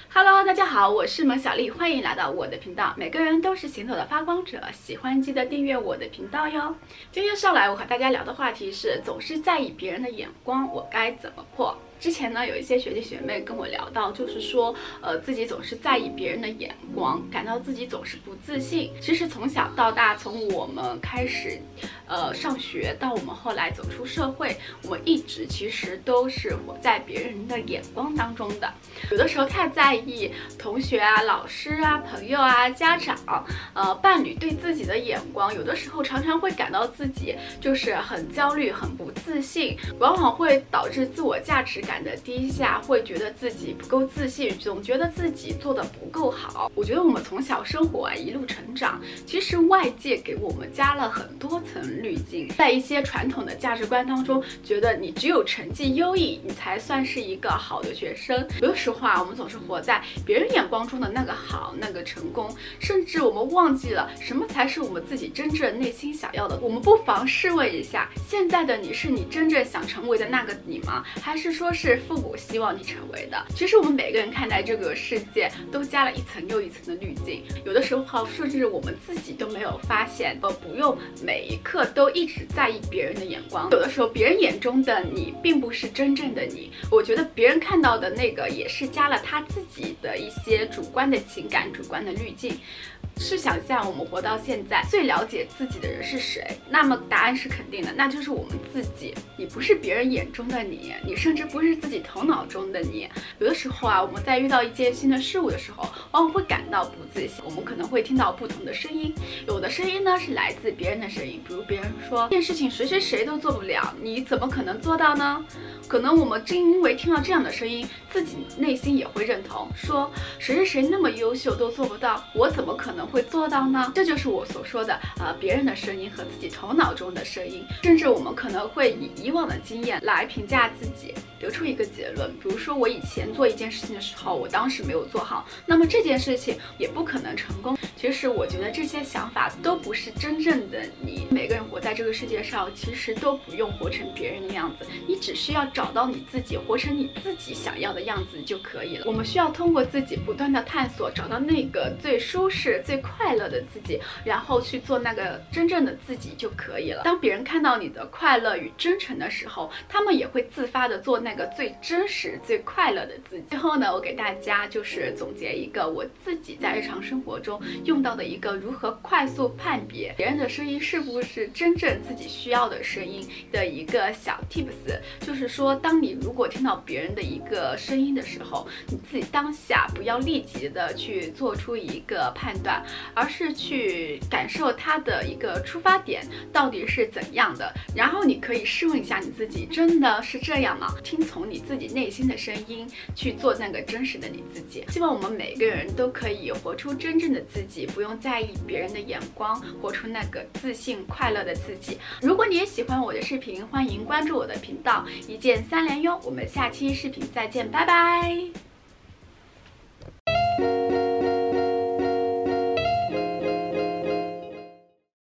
Hello， 大家好，我是萌小丽，欢迎来到我的频道。每个人都是行走的发光者，喜欢记得订阅我的频道哟。今天上来我和大家聊的话题是，总是在意别人的眼光，我该怎么破？之前呢，有一些学弟学妹跟我聊到，就是说，自己总是在意别人的眼光，感到自己总是不自信。其实从小到大，从我们开始，上学到我们后来走出社会，我们一直其实都是活在别人的眼光当中的。有的时候太在意同学啊、老师啊、朋友啊、家长、伴侣对自己的眼光，有的时候常常会感到自己就是很焦虑、很不自信，往往会导致自我价值感的低下，会觉得自己不够自信，总觉得自己做的不够好。我觉得我们从小生活一路成长，其实外界给我们加了很多层滤镜，在一些传统的价值观当中，觉得你只有成绩优异，你才算是一个好的学生。有的时候我们总是活在别人眼光中的那个好、那个成功，甚至我们忘记了什么才是我们自己真正内心想要的。我们不妨试问一下，现在的你是你真正想成为的那个你吗？还是说是父母希望你成为的？其实我们每个人看待这个世界都加了一层又一层的滤镜，有的时候甚至我们自己都没有发现，不用每一刻都一直在意别人的眼光。有的时候别人眼中的你并不是真正的你，我觉得别人看到的那个也是加了他自己的一些主观的情感、主观的滤镜。试想一下，我们活到现在，最了解自己的人是谁？那么答案是肯定的，那就是我们自己。你不是别人眼中的你，你甚至不是自己头脑中的你。有的时候我们在遇到一件新的事物的时候，往往会感到不自信。我们可能会听到不同的声音，有的声音呢是来自别人的声音，比如别人说这件事情谁都做不了，你怎么可能做到呢？可能我们正因为听到这样的声音，自己内心也会认同，说谁那么优秀都做不到，我怎么可能会做到呢？这就是我所说的别人的声音和自己头脑中的声音。甚至我们可能会以以往的经验来评价自己，得出一个结论，比如说我以前做一件事情的时候，我当时没有做好，那么这件事情也不可能成功。其实我觉得这些想法都不是真正的你。每个人活在这个世界上，其实都不用活成别人的样子，你只需要找到你自己，活成你自己想要的样子就可以了。我们需要通过自己不断的探索，找到那个最舒适、最快乐的自己，然后去做那个真正的自己就可以了。当别人看到你的快乐与真诚的时候，他们也会自发的做那个最真实、最快乐的自己。最后呢，我给大家就是总结一个我自己在日常生活中用到的一个如何快速判别别人的声音是不是真正自己需要的声音的一个小 tips， 就是说，当你如果听到别人的一个声音的时候，你自己当下不要立即的去做出一个判断，而是去感受他的一个出发点到底是怎样的，然后你可以试问一下你自己，真的是这样吗？听从你自己内心的声音，去做那个真实的你自己。希望我们每个人都可以活出真正的自己，不用在意别人的眼光，活出那个自信快乐的自己。如果你也喜欢我的视频，欢迎关注我的频道，一键3连哟。我们下期视频再见，拜拜。